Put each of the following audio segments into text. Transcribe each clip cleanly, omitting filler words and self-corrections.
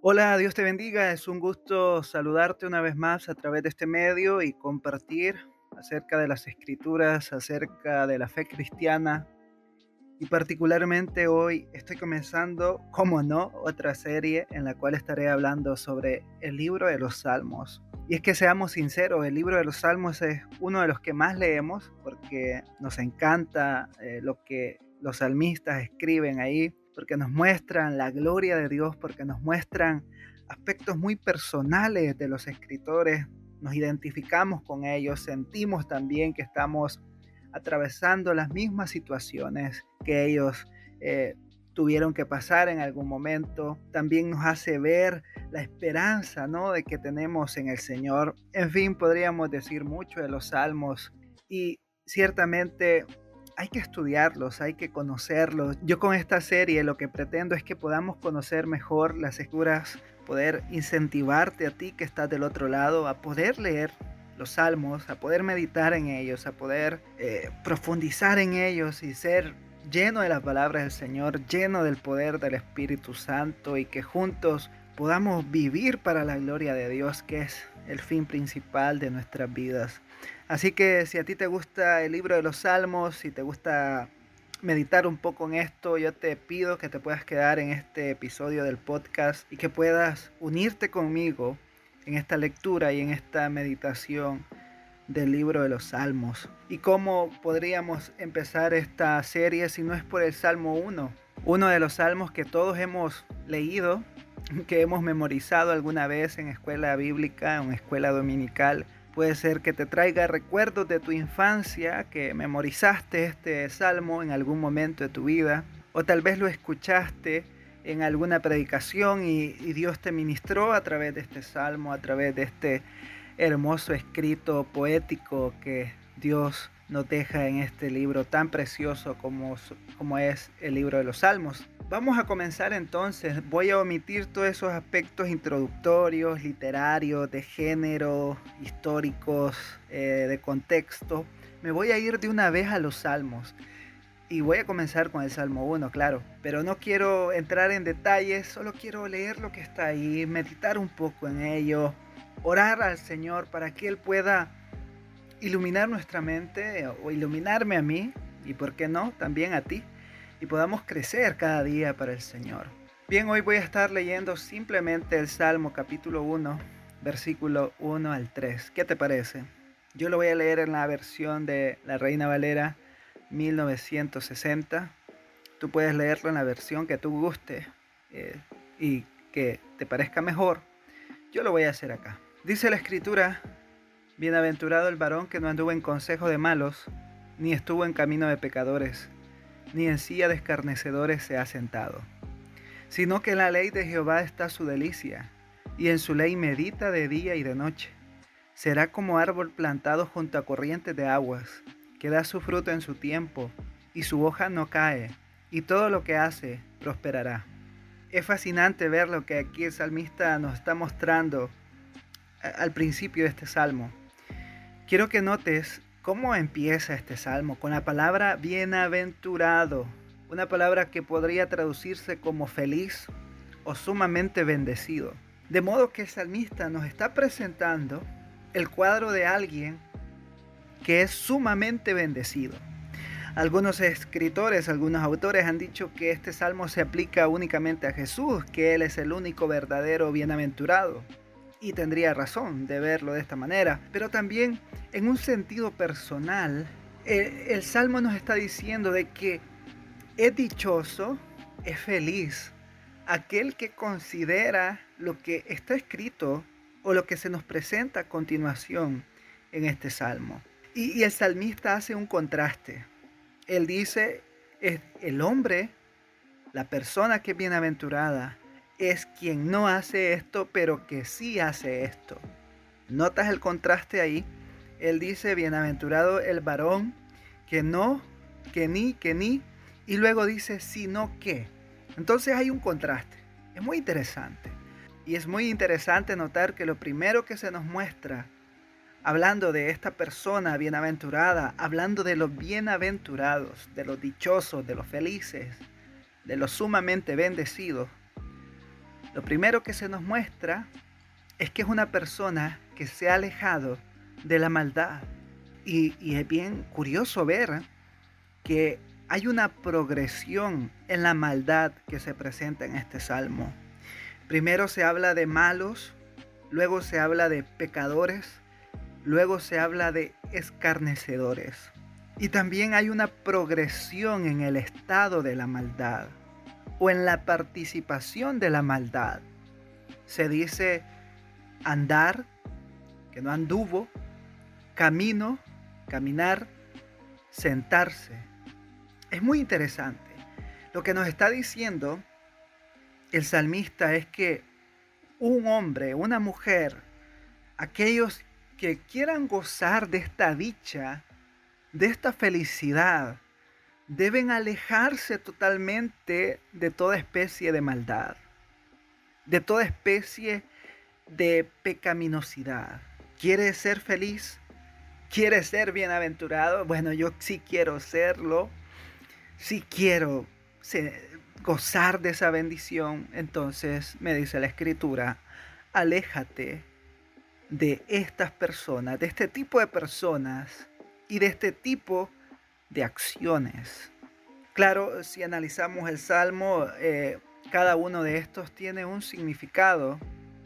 Hola, Dios te bendiga. Es un gusto saludarte una vez más a través de este medio y compartir acerca de las escrituras, acerca de la fe cristiana. Y particularmente hoy estoy comenzando, como no, otra serie en la cual estaré hablando sobre el libro de los Salmos. Y es que seamos sinceros, el libro de los Salmos es uno de los que más leemos porque nos encanta lo que los salmistas escriben ahí, porque nos muestran la gloria de Dios, porque nos muestran aspectos muy personales de los escritores, nos identificamos con ellos, sentimos también que estamos atravesando las mismas situaciones que ellos tuvieron que pasar en algún momento. También nos hace ver la esperanza, ¿no?, de que tenemos en el Señor. En fin, podríamos decir mucho de los salmos y ciertamente hay que estudiarlos, hay que conocerlos. Yo con esta serie lo que pretendo es que podamos conocer mejor las escrituras, poder incentivarte a ti que estás del otro lado a poder leer los salmos, a poder meditar en ellos, a poder profundizar en ellos y ser lleno de las palabras del Señor, lleno del poder del Espíritu Santo, y que juntos podamos vivir para la gloria de Dios, que es el fin principal de nuestras vidas. Así que si a ti te gusta el libro de los Salmos, si te gusta meditar un poco en esto, yo te pido que te puedas quedar en este episodio del podcast y que puedas unirte conmigo en esta lectura y en esta meditación del libro de los Salmos. ¿Y cómo podríamos empezar esta serie si no es por el Salmo 1? Uno de los salmos que todos hemos leído, que hemos memorizado alguna vez en escuela bíblica, en escuela dominical. Puede ser que te traiga recuerdos de tu infancia, que memorizaste este salmo en algún momento de tu vida, o tal vez lo escuchaste en alguna predicación y Dios te ministró a través de este salmo, a través de este hermoso escrito poético que Dios nos deja en este libro tan precioso como es el libro de los Salmos. Vamos a comenzar entonces. Voy a omitir todos esos aspectos introductorios, literarios, de género, históricos, de contexto. Me voy a ir de una vez a los Salmos. Y voy a comenzar con el Salmo 1, claro, pero no quiero entrar en detalles, solo quiero leer lo que está ahí, meditar un poco en ello, orar al Señor para que Él pueda iluminar nuestra mente o iluminarme a mí, y por qué no, también a ti, y podamos crecer cada día para el Señor. Bien, hoy voy a estar leyendo simplemente el Salmo capítulo 1, versículo 1 al 3. ¿Qué te parece? Yo lo voy a leer en la versión de la Reina Valera 1960. Tú puedes leerlo en la versión que tú guste y que te parezca mejor. Yo lo voy a hacer acá. Dice la Escritura: bienaventurado el varón que no anduvo en consejo de malos, ni estuvo en camino de pecadores, ni en silla de escarnecedores se ha sentado, sino que en la ley de Jehová está su delicia, y en su ley medita de día y de noche. Será como árbol plantado junto a corrientes de aguas, que da su fruto en su tiempo, y su hoja no cae, y todo lo que hace prosperará. Es fascinante ver lo que aquí el salmista nos está mostrando al principio de este salmo. Quiero que notes cómo empieza este salmo con la palabra bienaventurado, una palabra que podría traducirse como feliz o sumamente bendecido. De modo que el salmista nos está presentando el cuadro de alguien que es sumamente bendecido. Algunos escritores, algunos autores han dicho que este salmo se aplica únicamente a Jesús, que Él es el único verdadero bienaventurado. Y tendría razón de verlo de esta manera. Pero también en un sentido personal, el salmo nos está diciendo de que es dichoso, es feliz aquel que considera lo que está escrito o lo que se nos presenta a continuación en este salmo. Y el salmista hace un contraste. Él dice, es el hombre, la persona que es bienaventurada, es quien no hace esto, pero que sí hace esto. ¿Notas el contraste ahí? Él dice, bienaventurado el varón que no, que ni, y luego dice, sino que. Entonces hay un contraste. Es muy interesante. Y es muy interesante notar que lo primero que se nos muestra, hablando de esta persona bienaventurada, hablando de los bienaventurados, de los dichosos, de los felices, de los sumamente bendecidos, Lo primero que se nos muestra es que es una persona que se ha alejado de la maldad. Y es bien curioso ver que hay una progresión en la maldad que se presenta en este salmo. Primero se habla de malos, luego se habla de pecadores, luego se habla de escarnecedores. Y también hay una progresión en el estado de la maldad o en la participación de la maldad. Se dice andar, que no anduvo, camino, caminar, sentarse. Es muy interesante. Lo que nos está diciendo el salmista es que un hombre, una mujer, aquellos que quieran gozar de esta dicha, de esta felicidad, deben alejarse totalmente de toda especie de maldad, de toda especie de pecaminosidad. ¿Quieres ser feliz? ¿Quieres ser bienaventurado? Bueno, yo sí quiero serlo. Sí quiero gozar de esa bendición. Entonces me dice la Escritura, aléjate de estas personas, de este tipo de personas y de este tipo de acciones. Claro, si analizamos el Salmo, cada uno de estos tiene un significado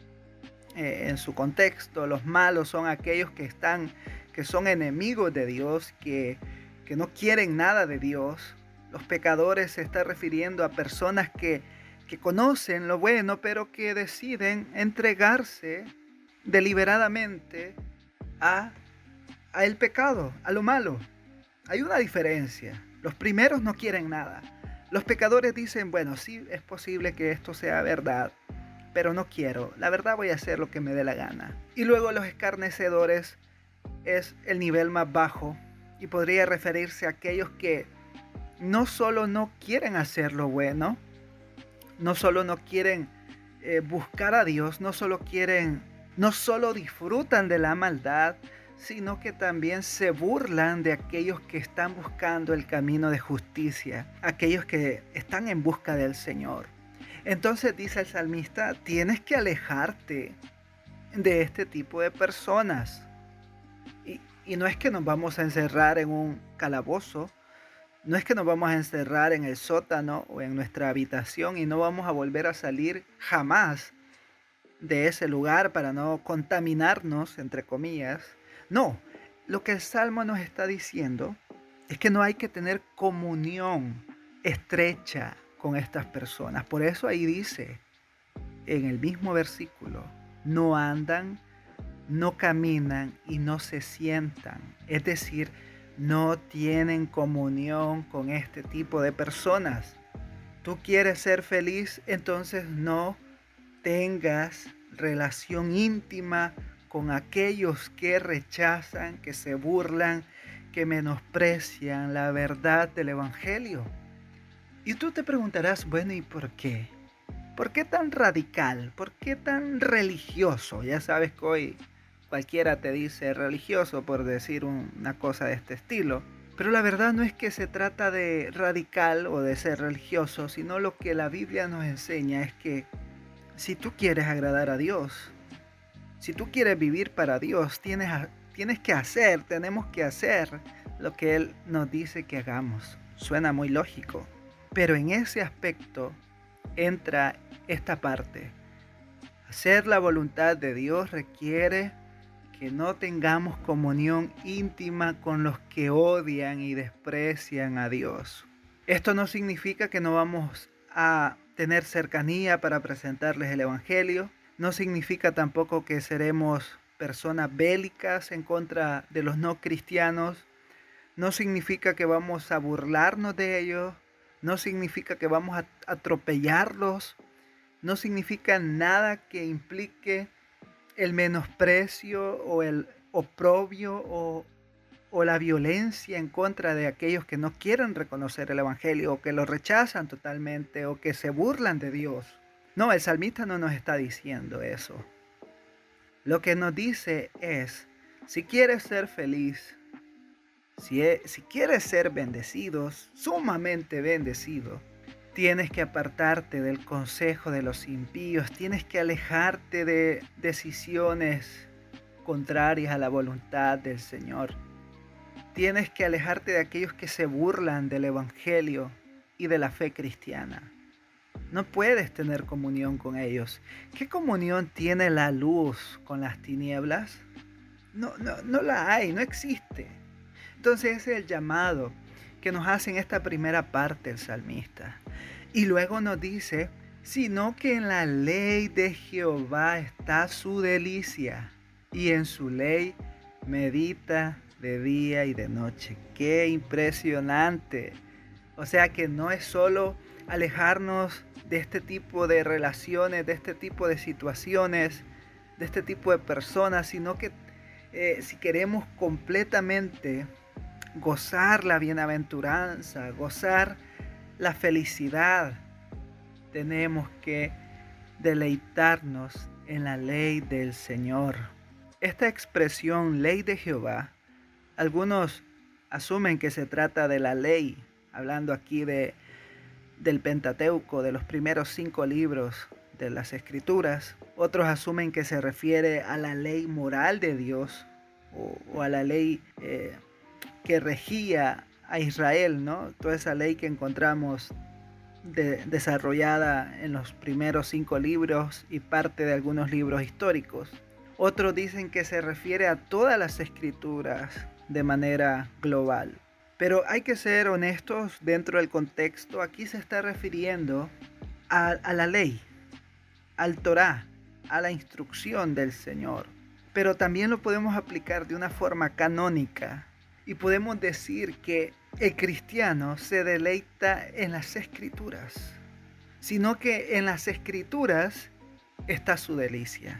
en su contexto. Los malos son aquellos que son enemigos de Dios, que no quieren nada de Dios. Los pecadores se está refiriendo a personas que conocen lo bueno, pero que deciden entregarse deliberadamente a el pecado, a lo malo. Hay una diferencia. Los primeros no quieren nada. Los pecadores dicen, bueno, sí es posible que esto sea verdad, pero no quiero. La verdad voy a hacer lo que me dé la gana. Y luego los escarnecedores es el nivel más bajo y podría referirse a aquellos que no solo no quieren hacer lo bueno, no solo no quieren buscar a Dios, no solo disfrutan de la maldad, sino que también se burlan de aquellos que están buscando el camino de justicia, aquellos que están en busca del Señor. Entonces dice el salmista, tienes que alejarte de este tipo de personas. Y no es que nos vamos a encerrar en un calabozo, no es que nos vamos a encerrar en el sótano o en nuestra habitación y no vamos a volver a salir jamás de ese lugar para no contaminarnos, entre comillas. No, lo que el Salmo nos está diciendo es que no hay que tener comunión estrecha con estas personas. Por eso ahí dice, en el mismo versículo, no andan, no caminan y no se sientan. Es decir, no tienen comunión con este tipo de personas. ¿Tú quieres ser feliz? Entonces no tengas relación íntima con aquellos que rechazan, que se burlan, que menosprecian la verdad del Evangelio. Y tú te preguntarás, bueno, ¿y por qué? ¿Por qué tan radical? ¿Por qué tan religioso? Ya sabes que hoy cualquiera te dice religioso por decir una cosa de este estilo. Pero la verdad no es que se trata de radical o de ser religioso, sino lo que la Biblia nos enseña es que si tú quieres agradar a Dios, si tú quieres vivir para Dios, tenemos que hacer lo que Él nos dice que hagamos. Suena muy lógico, pero en ese aspecto entra esta parte. Hacer la voluntad de Dios requiere que no tengamos comunión íntima con los que odian y desprecian a Dios. Esto no significa que no vamos a tener cercanía para presentarles el Evangelio. No significa tampoco que seremos personas bélicas en contra de los no cristianos. No significa que vamos a burlarnos de ellos. No significa que vamos a atropellarlos. No significa nada que implique el menosprecio o el oprobio o la violencia en contra de aquellos que no quieren reconocer el Evangelio o que lo rechazan totalmente o que se burlan de Dios. No, el salmista no nos está diciendo eso. Lo que nos dice es, si quieres ser feliz, si quieres ser bendecido, sumamente bendecido, Tienes que apartarte del consejo de los impíos, tienes que alejarte de decisiones contrarias a la voluntad del Señor. Tienes que alejarte de aquellos que se burlan del Evangelio y de la fe cristiana. No puedes tener comunión con ellos. ¿Qué comunión tiene la luz con las tinieblas? No la hay, no existe. Entonces ese es el llamado que nos hace en esta primera parte el salmista. Y luego nos dice, sino que en la ley de Jehová está su delicia, y en su ley medita de día y de noche. ¡Qué impresionante! O sea que no es solo alejarnos de este tipo de relaciones, de este tipo de situaciones, de este tipo de personas, sino que si queremos completamente gozar la bienaventuranza, gozar la felicidad, tenemos que deleitarnos en la ley del Señor. Esta expresión, ley de Jehová, algunos asumen que se trata de la ley, hablando aquí del Pentateuco, de los primeros 5 libros de las Escrituras. Otros asumen que se refiere a la ley moral de Dios o a la ley que regía a Israel, ¿no? Toda esa ley que encontramos desarrollada en los primeros 5 libros y parte de algunos libros históricos. Otros dicen que se refiere a todas las escrituras de manera global. Pero hay que ser honestos dentro del contexto. Aquí se está refiriendo a la ley, al Torá, a la instrucción del Señor. Pero también lo podemos aplicar de una forma canónica y podemos decir que el cristiano se deleita en las escrituras, sino que en las escrituras está su delicia.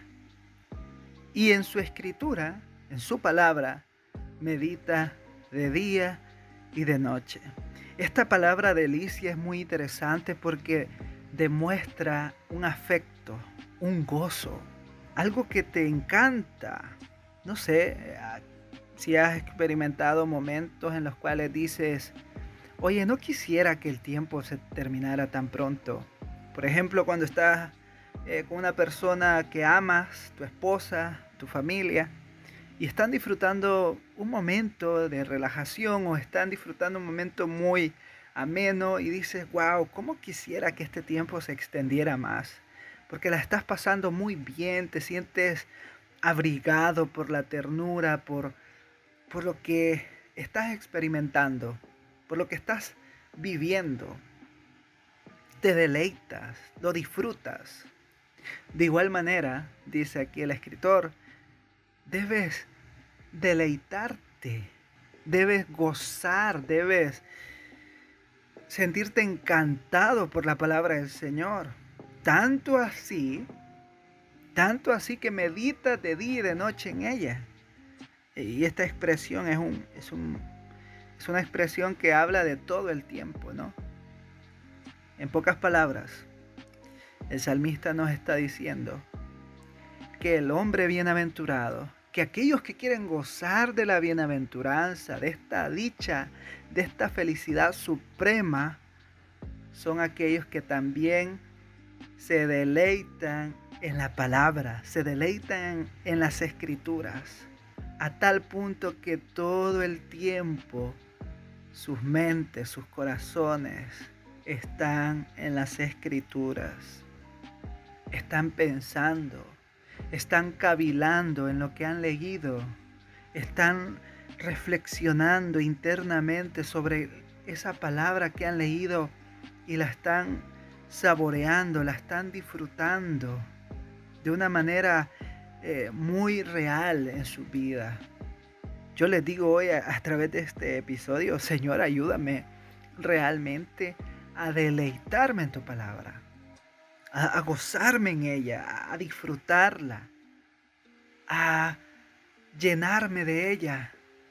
Y en su escritura, en su palabra, medita de día y de noche. Esta palabra delicia es muy interesante porque demuestra un afecto, un gozo, algo que te encanta. No sé si has experimentado momentos en los cuales dices, oye, no quisiera que el tiempo se terminara tan pronto. Por ejemplo, cuando estás con una persona que amas, tu esposa, tu familia, y están disfrutando un momento de relajación o están disfrutando un momento muy ameno y dices, wow, ¿cómo quisiera que este tiempo se extendiera más? Porque la estás pasando muy bien, te sientes abrigado por la ternura, por lo que estás experimentando, por lo que estás viviendo. Te deleitas, lo disfrutas. De igual manera, dice aquí el escritor, debes deleitarte, debes gozar, debes sentirte encantado por la palabra del Señor. Tanto así que meditas de día y de noche en ella. Y esta expresión es una expresión que habla de todo el tiempo, ¿no? En pocas palabras, el salmista nos está diciendo que el hombre bienaventurado, que aquellos que quieren gozar de la bienaventuranza, de esta dicha, de esta felicidad suprema, son aquellos que también se deleitan en la palabra, se deleitan en las escrituras, a tal punto que todo el tiempo sus mentes, sus corazones están en las escrituras, están pensando, están cavilando en lo que han leído, están reflexionando internamente sobre esa palabra que han leído y la están saboreando, la están disfrutando de una manera muy real en su vida. Yo les digo hoy a través de este episodio, Señor, ayúdame realmente a deleitarme en tu palabra, a gozarme en ella, a disfrutarla, a llenarme de ella,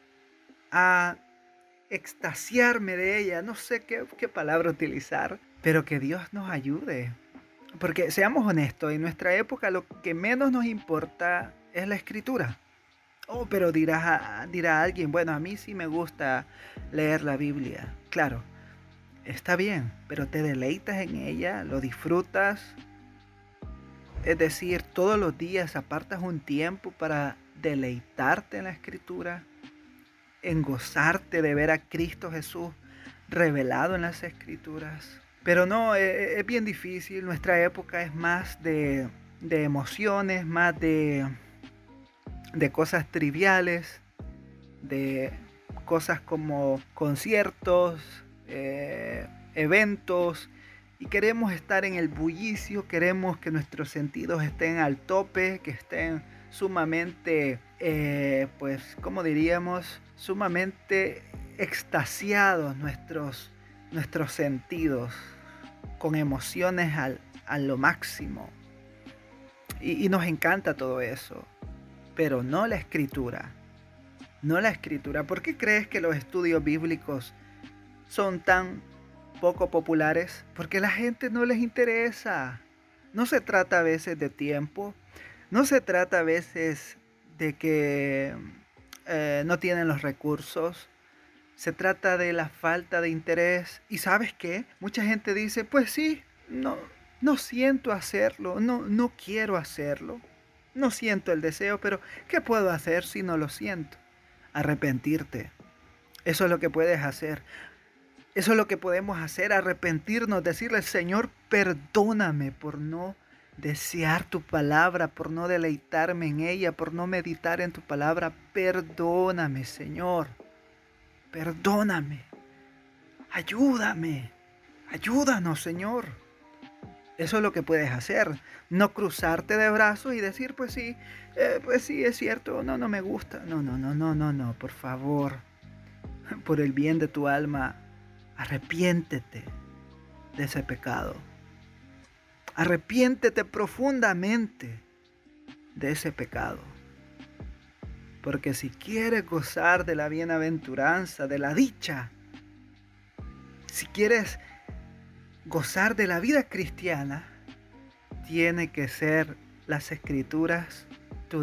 a extasiarme de ella. No sé qué palabra utilizar, pero que Dios nos ayude. Porque seamos honestos, en nuestra época lo que menos nos importa es la escritura. Oh, pero dirá alguien, bueno, a mí sí me gusta leer la Biblia. Claro, está bien, pero te deleitas en ella, lo disfrutas. Es decir, todos los días apartas un tiempo para deleitarte en la Escritura, en gozarte de ver a Cristo Jesús revelado en las Escrituras. Pero no, es bien difícil. Nuestra época es más de emociones, más de cosas triviales, de cosas como conciertos, eventos, y queremos estar en el bullicio, queremos que nuestros sentidos estén al tope, que estén sumamente, pues, ¿cómo diríamos? Sumamente extasiados nuestros sentidos, con emociones a lo máximo. Y nos encanta todo eso, pero no la escritura. No la escritura. ¿Por qué crees que los estudios bíblicos son tan poco populares? Porque a la gente no les interesa. No se trata a veces de tiempo. No se trata a veces de que no tienen los recursos. Se trata de la falta de interés. ¿Y sabes qué? Mucha gente dice, pues sí, no siento hacerlo, no quiero hacerlo. No siento el deseo, pero ¿qué puedo hacer si no lo siento? Arrepentirte. Eso es lo que puedes hacer. Eso es lo que podemos hacer, arrepentirnos, decirle, Señor, perdóname por no desear tu palabra, por no deleitarme en ella, por no meditar en tu palabra. Perdóname, Señor. Perdóname. Ayúdame. Ayúdanos, Señor. Eso es lo que puedes hacer. No cruzarte de brazos y decir, pues sí, es cierto, no me gusta. No, por favor. Por el bien de tu alma, arrepiéntete de ese pecado. Arrepiéntete profundamente de ese pecado. Porque si quieres gozar de la bienaventuranza, de la dicha, si quieres gozar de la vida cristiana, tiene que ser las Escrituras tu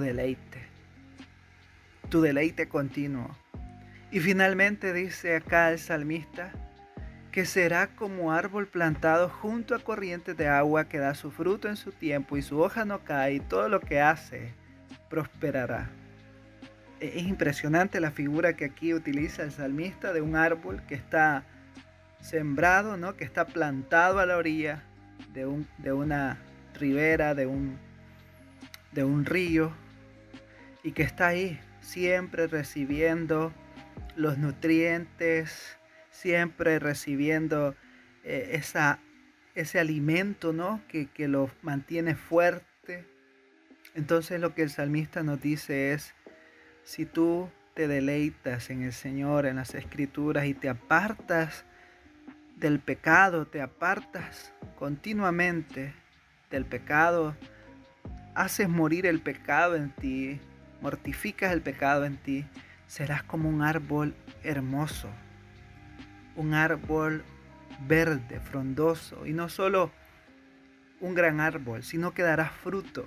deleite continuo. Y finalmente dice acá el salmista, que será como árbol plantado junto a corrientes de agua que da su fruto en su tiempo y su hoja no cae y todo lo que hace prosperará. Es impresionante la figura que aquí utiliza el salmista de un árbol que está sembrado, ¿no? Que está plantado a la orilla de una ribera, de un río, y que está ahí siempre recibiendo los nutrientes, siempre recibiendo ese alimento, ¿no? que lo mantiene fuerte. Entonces lo que el salmista nos dice es, si tú te deleitas en el Señor, en las Escrituras, y te apartas del pecado, te apartas continuamente del pecado, haces morir el pecado en ti, mortificas el pecado en ti, serás como un árbol hermoso, un árbol verde, frondoso, y no solo un gran árbol, sino que darás fruto.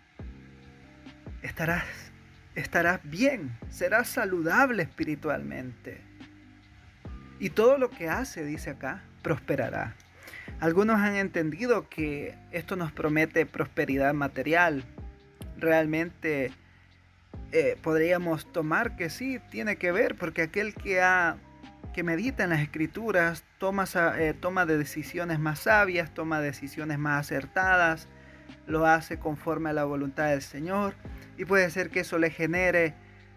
Estarás bien, serás saludable espiritualmente. Y todo lo que hace, dice acá, prosperará. Algunos han entendido que esto nos promete prosperidad material. Realmente podríamos tomar que sí, tiene que ver, porque aquel que medita en las Escrituras toma de decisiones más sabias, toma decisiones más acertadas, lo hace conforme a la voluntad del Señor, y puede ser que eso le genere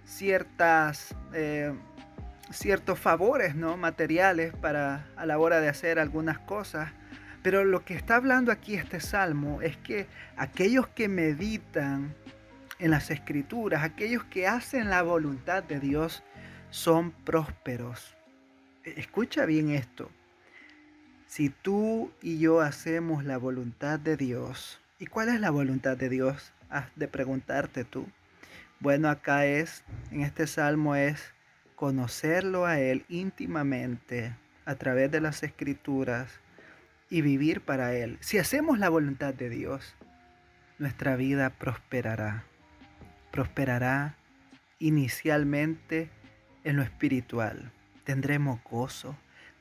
ciertos favores, ¿no? Materiales a la hora de hacer algunas cosas. Pero lo que está hablando aquí este salmo es que aquellos que meditan en las Escrituras, aquellos que hacen la voluntad de Dios, son prósperos. Escucha bien esto. Si tú y yo hacemos la voluntad de Dios, ¿y cuál es la voluntad de Dios? Has de preguntarte tú. Bueno, acá en este salmo es conocerlo a Él íntimamente a través de las Escrituras y vivir para Él. Si hacemos la voluntad de Dios, nuestra vida prosperará. Prosperará inicialmente en lo espiritual. Tendremos gozo,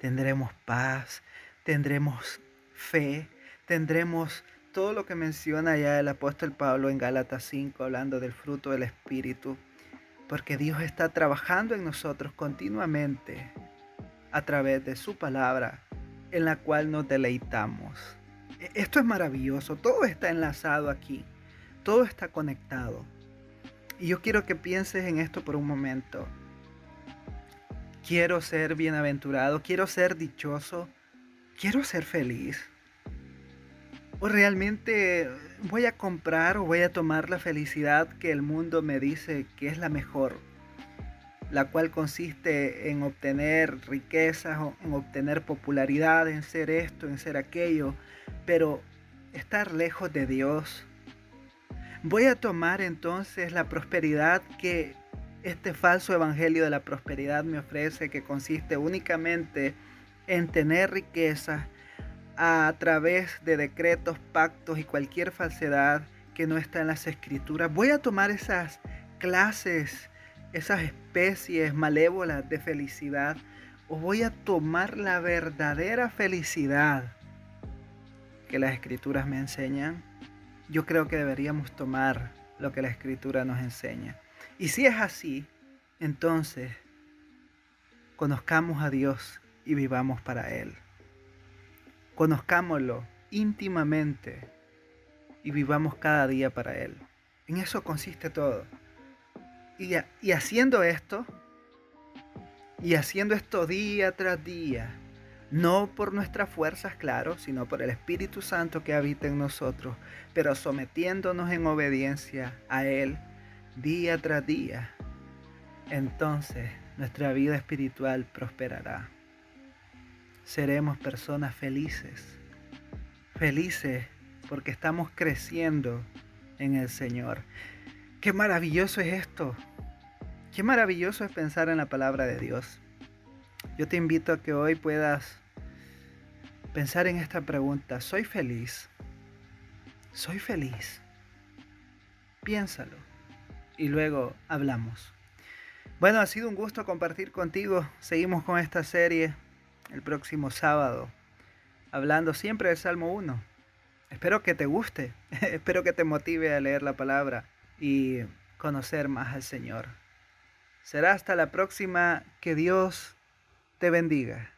tendremos paz, tendremos fe, tendremos todo lo que menciona ya el apóstol Pablo en Gálatas 5, hablando del fruto del Espíritu, porque Dios está trabajando en nosotros continuamente a través de su palabra, en la cual nos deleitamos. Esto es maravilloso, todo está enlazado aquí, todo está conectado. Y yo quiero que pienses en esto por un momento. Quiero ser bienaventurado, quiero ser dichoso, quiero ser feliz. ¿O realmente voy a comprar o voy a tomar la felicidad que el mundo me dice que es la mejor? La cual consiste en obtener riquezas, en obtener popularidad, en ser esto, en ser aquello, pero estar lejos de Dios. Voy a tomar entonces la prosperidad que este falso evangelio de la prosperidad me ofrece, que consiste únicamente en tener riquezas a través de decretos, pactos y cualquier falsedad que no está en las escrituras. Voy a tomar esas clases, esas especies malévolas de felicidad, o voy a tomar la verdadera felicidad que las escrituras me enseñan. Yo creo que deberíamos tomar lo que la escritura nos enseña. Y si es así, entonces conozcamos a Dios y vivamos para Él. Conozcámoslo íntimamente y vivamos cada día para Él. En eso consiste todo. Y haciendo esto día tras día, no por nuestras fuerzas, claro, sino por el Espíritu Santo que habita en nosotros, pero sometiéndonos en obediencia a Él día tras día, entonces nuestra vida espiritual prosperará. Seremos personas felices, felices porque estamos creciendo en el Señor. ¡Qué maravilloso es esto! ¡Qué maravilloso es pensar en la palabra de Dios! Yo te invito a que hoy puedas pensar en esta pregunta. ¿Soy feliz? ¿Soy feliz? Piénsalo y luego hablamos. Bueno, ha sido un gusto compartir contigo. Seguimos con esta serie el próximo sábado, hablando siempre del Salmo 1. Espero que te guste, espero que te motive a leer la palabra y conocer más al Señor. Será hasta la próxima. Que Dios te bendiga.